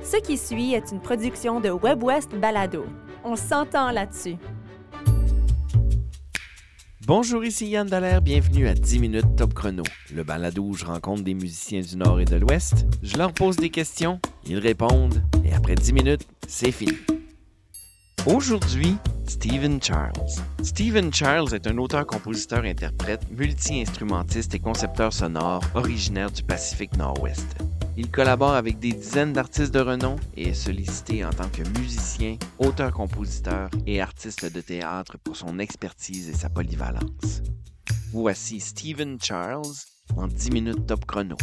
Ce qui suit est une production de WebWest Balado. On s'entend là-dessus. Bonjour, ici Yann Dallaire, bienvenue à 10 minutes top chrono, le balado où je rencontre des musiciens du Nord et de l'Ouest, je leur pose des questions, ils répondent, et après 10 minutes, c'est fini. Aujourd'hui, Stephen Charles. Stephen Charles est un auteur-compositeur-interprète, multi-instrumentiste et concepteur sonore originaire du Pacifique Nord-Ouest. Il collabore avec des dizaines d'artistes de renom et est sollicité en tant que musicien, auteur-compositeur et artiste de théâtre pour son expertise et sa polyvalence. Voici Stephen Charles en 10 minutes top chrono.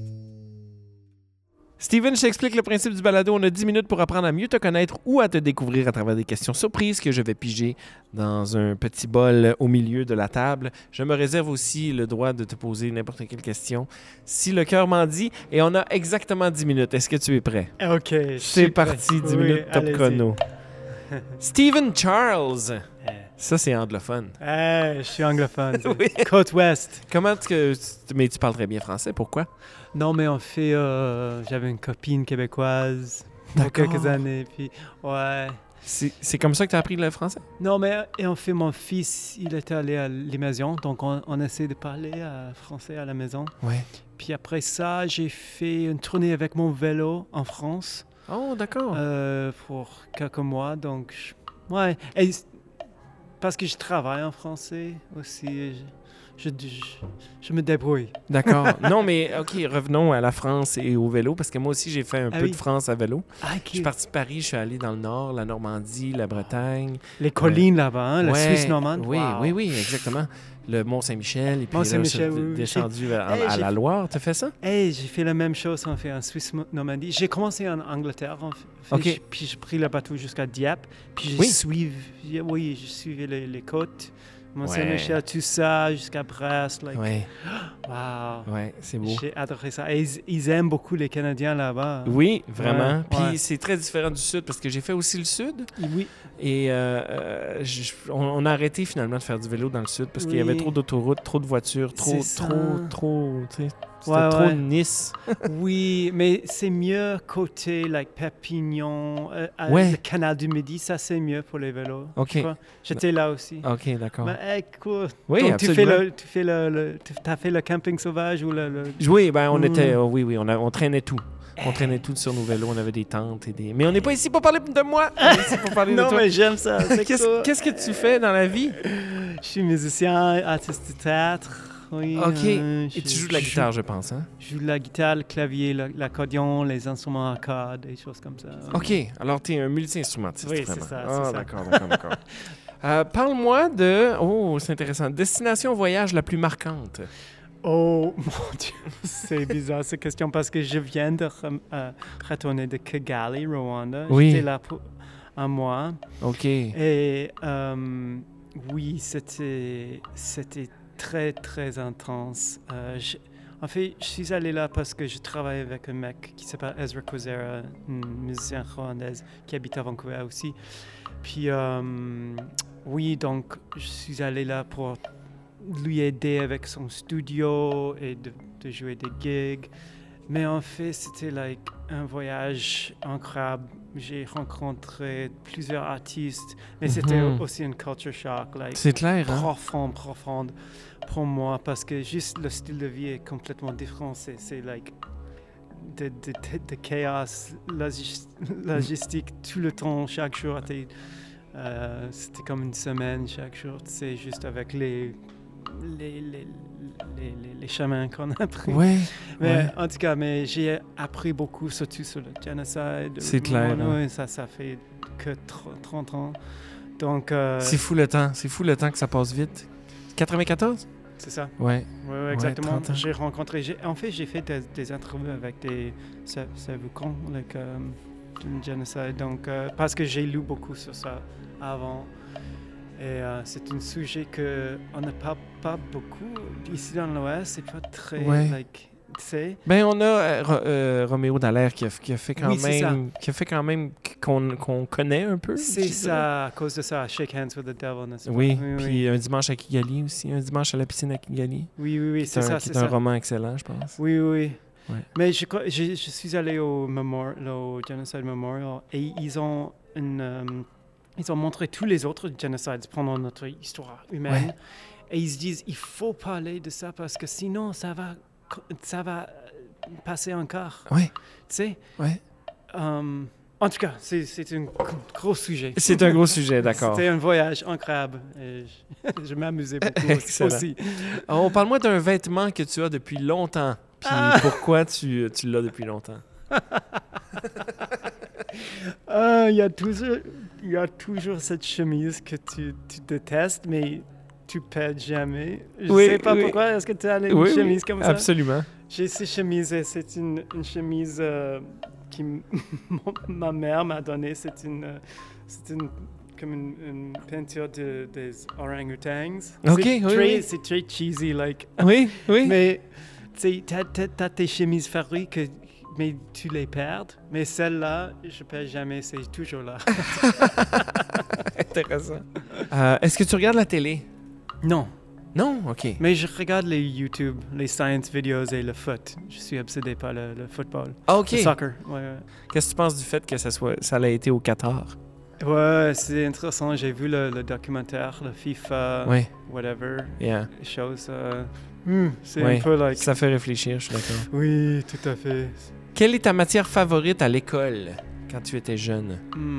Steven, je t'explique le principe du balado. On a 10 minutes pour apprendre à mieux te connaître ou à te découvrir à travers des questions surprises que je vais piger dans un petit bol au milieu de la table. Je me réserve aussi le droit de te poser n'importe quelle question si le cœur m'en dit. Et on a exactement 10 minutes. Est-ce que tu es prêt? OK. C'est parti, 10 minutes top chrono. Stephen Charles. Ça, c'est anglophone. Je suis anglophone. Oui. Côte ouest. Comment que... Mais tu parles très bien français. Pourquoi? Non, mais en fait, j'avais une copine québécoise pour quelques années. Puis, ouais. C'est comme ça que tu as appris le français? Non, mais et en fait, mon fils, il était allé à l'immersion. Donc, on essaie de parler français à la maison. Ouais. Puis après ça, j'ai fait une tournée avec mon vélo en France. Oh, d'accord. Pour quelques mois. Donc, ouais. Et parce que je travaille en français aussi. Je me débrouille. D'accord. Non, mais OK, revenons à la France et au vélo, parce que moi aussi, j'ai fait un peu de France à vélo. Okay. Je suis parti de Paris, je suis allé dans le Nord, la Normandie, la Bretagne. Les collines là-bas, hein, la ouais, Suisse normande. Oui, wow. oui, exactement. Le Mont-Saint-Michel, et puis Mont-Saint-Michel, là, oui. descendu à la Loire. Tu as fait ça? J'ai fait la même chose en fait en Suisse Normandie. J'ai commencé en Angleterre en fait. Okay. Puis j'ai pris le bateau jusqu'à Dieppe. Puis je suivais les côtes. Mont-Saint-Michel, tout ça, jusqu'à Brest. Like, wow. Ouais, c'est beau. J'ai adoré ça. Et ils aiment beaucoup les Canadiens là-bas. Oui, vraiment. Ouais. Puis c'est très différent du Sud, parce que j'ai fait aussi le Sud. Oui. Et on a arrêté finalement de faire du vélo dans le Sud, parce qu'il y avait trop d'autoroutes, trop de voitures, trop, tu sais, c'était trop Nice. Oui, mais c'est mieux côté Perpignan, le canal du Midi, ça c'est mieux pour les vélos. OK. J'étais là aussi. OK, d'accord. Mais cool. Oui, donc, absolument. t'as fait le camping sauvage ou le... Oui, ben on était... on traînait tout. On traînait tout sur nos vélos, on avait des tentes et des... Mais on n'est pas ici pour parler de moi, on est ici pour parler de toi. Non, mais j'aime ça, c'est cool. Qu'est-ce que tu fais dans la vie? Je suis musicien, artiste de théâtre. Oui, OK. Et tu joues de la guitare, je pense, hein? Je joue de la guitare, le clavier, l'accordéon, les instruments à cordes, des choses comme ça. OK. Alors, tu es un multi-instrumentiste, oui, vraiment. C'est ça. Ah, d'accord. Parle-moi de... Oh, c'est intéressant. Destination voyage la plus marquante. Oh, mon Dieu, c'est bizarre cette question parce que je viens de retourner de Kigali, Rwanda. Oui. J'étais là pour un mois. OK. Et oui, c'était très, très intense. En fait, je suis allé là parce que je travaille avec un mec qui s'appelle Ezra Kozera, un musicien rwandaise qui habite à Vancouver aussi. Puis, oui, donc, je suis allé là pour lui aider avec son studio et de jouer des gigs. Mais en fait, c'était un voyage incroyable. J'ai rencontré plusieurs artistes, mais c'était aussi un culture shock. C'est clair, hein? Profonde pour moi, parce que juste le style de vie est complètement différent. C'est de chaos, logistique tout le temps, chaque jour. C'était comme une semaine chaque jour. C'est juste avec les chemins qu'on a pris. Oui. Mais en tout cas, j'ai appris beaucoup, surtout sur le génocide. C'est clair. Oui, ça fait que 30 ans. Donc, c'est fou le temps. C'est fou le temps que ça passe vite. 94? C'est ça. Oui, exactement. J'ai rencontré... j'ai fait des interviews avec des survivants du génocide. Donc, parce que j'ai lu beaucoup sur ça avant. Et c'est un sujet qu'on ne parle pas beaucoup ici dans l'Ouest. C'est pas très, tu sais. Ben on a Roméo Dallaire qui a fait quand même qu'on connaît un peu. C'est ça, à cause de ça, Shake Hands with the Devil, n'est-ce pas? Oui, puis Un dimanche à Kigali aussi, Un dimanche à la piscine à Kigali. Oui, c'est ça. C'est un roman excellent, je pense. Oui. Ouais. Mais je suis allé au Genocide Memorial et ils ont montré tous les autres génocides pendant notre histoire humaine. Ouais. Et ils se disent, il faut parler de ça parce que sinon, ça va passer encore. Oui. Tu sais? Oui. En tout cas, c'est un gros sujet. C'est un gros sujet, d'accord. C'était un voyage incroyable. Et je m'amusais beaucoup aussi. Alors, parle-moi d'un vêtement que tu as depuis longtemps. Puis pourquoi tu l'as depuis longtemps? Il y a toujours cette chemise que tu détestes, mais tu perds jamais. Je ne sais pas pourquoi. Est-ce que tu as une chemise comme ça? Absolument. J'ai ces chemises et c'est une chemise que ma mère m'a donnée. C'est comme une peinture des orang-outans. C'est très cheesy, like. Oui. Mais tu as tes chemises fabriques, mais tu les perds. Mais celle-là, je ne perds jamais, c'est toujours là. Intéressant. Est-ce que tu regardes la télé? Non. Non? OK. Mais je regarde les YouTube, les science videos et le foot. Je suis obsédé par le football. Ah, OK. Le soccer, ouais. Qu'est-ce que tu penses du fait que ça a été au Qatar? Ouais, c'est intéressant. J'ai vu le documentaire, le FIFA, whatever, choses. C'est un peu like... Ça fait réfléchir, je suis d'accord. Oui, tout à fait. Quelle est ta matière favorite à l'école quand tu étais jeune?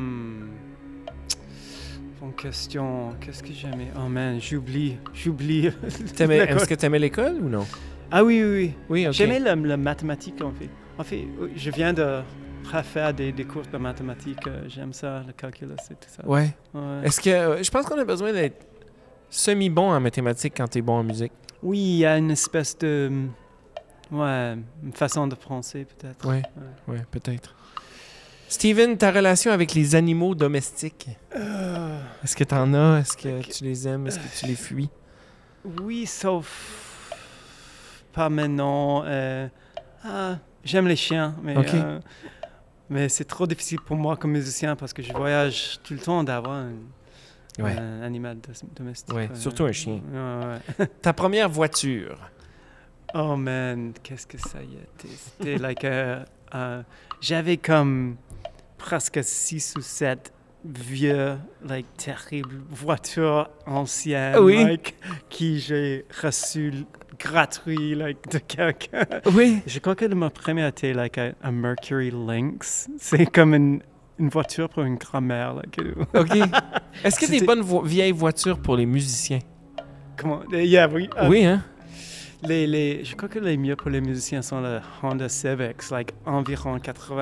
Bonne question. Qu'est-ce que j'aimais? Oh man, j'oublie. Est-ce que tu aimais l'école ou non? Ah oui. Oui, OK. J'aimais la mathématique, en fait. En fait, je viens de refaire des cours de mathématiques. J'aime ça, le calcul et tout ça. Ouais. Est-ce que... je pense qu'on a besoin d'être semi-bon en mathématiques quand tu es bon en musique. Oui, il y a une espèce de... une façon de penser, peut-être. Oui, peut-être. Steven, ta relation avec les animaux domestiques, est-ce que tu en as? Est-ce que tu les aimes? Est-ce que tu les fuis? Oui, sauf pas maintenant. J'aime les chiens, mais c'est trop difficile pour moi comme musicien parce que je voyage tout le temps d'avoir un animal domestique. Oui, surtout un chien. Ouais. Ta première voiture? Oh man, qu'est-ce que ça y était? C'était like j'avais comme presque 6 ou 7 vieux, terribles voitures anciennes, qui j'ai reçu gratuit, de quelqu'un. Oui. Je crois que ma première était un Mercury Lynx. C'est comme une voiture pour une grand-mère. OK. Est-ce qu'il y a des bonnes vieilles voitures pour les musiciens? Comment? Oui. Oui, hein? Je crois que les mieux pour les musiciens sont le Honda Civics, environ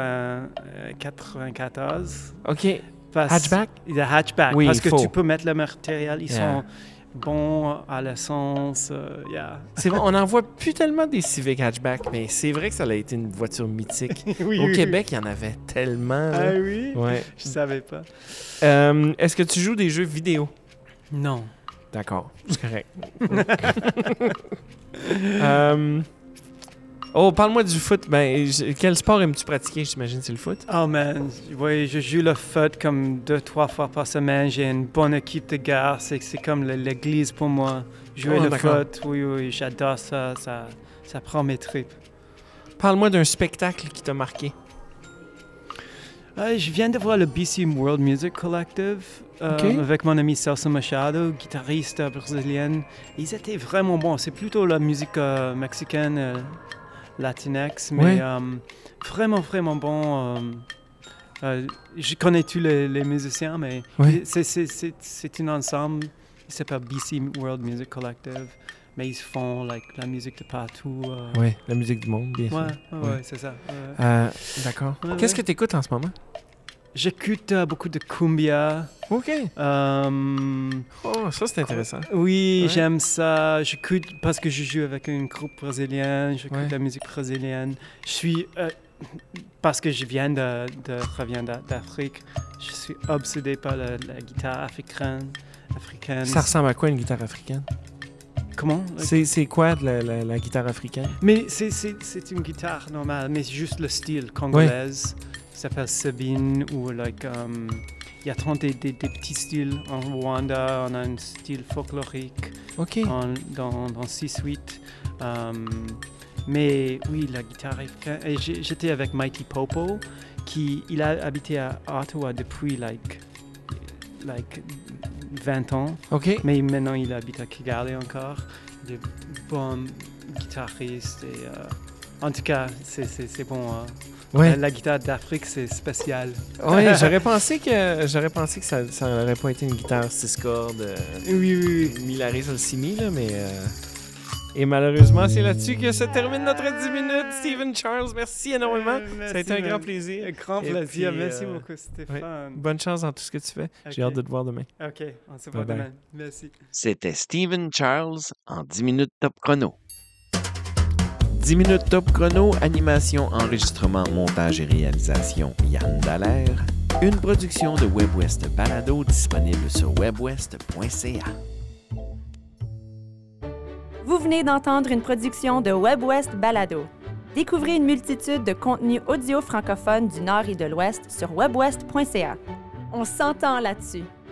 94. OK. Hatchback? Le hatchback, oui, parce que tu peux mettre le matériel, ils sont bons à l'essence. C'est vrai, on n'en voit plus tellement des Civic hatchback, mais c'est vrai que ça a été une voiture mythique. Au Québec, il y en avait tellement. Là. Ah oui? Ouais. Je savais pas. Est-ce que tu joues des jeux vidéo? Non. D'accord, c'est correct. Parle-moi du foot. Quel sport aimes-tu pratiquer? J'imagine c'est le foot. Oh man, oui, je joue le foot comme 2-3 fois par semaine. J'ai une bonne équipe de gars. C'est comme l'église pour moi. Jouer le foot, oui, j'adore ça. Ça prend mes tripes. Parle-moi d'un spectacle qui t'a marqué. Je viens de voir le BC World Music Collective avec mon ami Celso Machado, guitariste brésilienne. Ils étaient vraiment bons. C'est plutôt la musique mexicaine, latinex, mais vraiment, vraiment bon. Je connais tous les musiciens, mais c'est un ensemble. Il s'appelle BC World Music Collective. Mais ils font la musique de partout. Oui, la musique du monde, bien sûr. Oui, c'est ça. D'accord. Qu'est-ce que tu écoutes en ce moment? J'écoute beaucoup de cumbia. OK. Ça, c'est intéressant. Oui, j'aime ça. J'écoute parce que je joue avec un groupe brésilien. J'écoute la musique brésilienne. Je suis... parce que je reviens d'Afrique, je suis obsédé par la guitare africaine. Ça ressemble à quoi une guitare africaine? Comment? C'est quoi la guitare africaine? Mais c'est une guitare normale, mais juste le style congolaise. Ça s'appelle Sabine ou il y a tant des petits styles. En Rwanda, on a un style folklorique. OK. Dans 6-8. Mais oui, la guitare africaine. Et j'étais avec Mighty Popo, il a habité à Ottawa depuis 20 ans. OK. Mais maintenant, il habite à Kigali encore. Il est bon guitariste. Et, en tout cas, c'est bon. Ouais. La guitare d'Afrique, c'est spécial. Oui, j'aurais pensé que ça n'aurait pas été une guitare 6 cordes. Oui. Millaré sur le simi, là, mais... Et malheureusement, c'est là-dessus que se termine notre 10 minutes. Stephen Charles, merci énormément. Merci, ça a été un grand plaisir. Un grand Et plaisir. puis, Merci beaucoup, Stéphane. Ouais. Bonne chance dans tout ce que tu fais. Ok. J'ai hâte de te voir demain. OK, on se voit Bye-bye. demain. Merci. C'était Stephen Charles en 10 minutes top chrono. 10 minutes top chrono, animation, enregistrement, montage et réalisation, Yann Dallaire. Une production de WebWest Balado disponible sur webwest.ca. Vous venez d'entendre une production de WebWest Balado. Découvrez une multitude de contenus audio francophones du Nord et de l'Ouest sur webwest.ca. On s'entend là-dessus.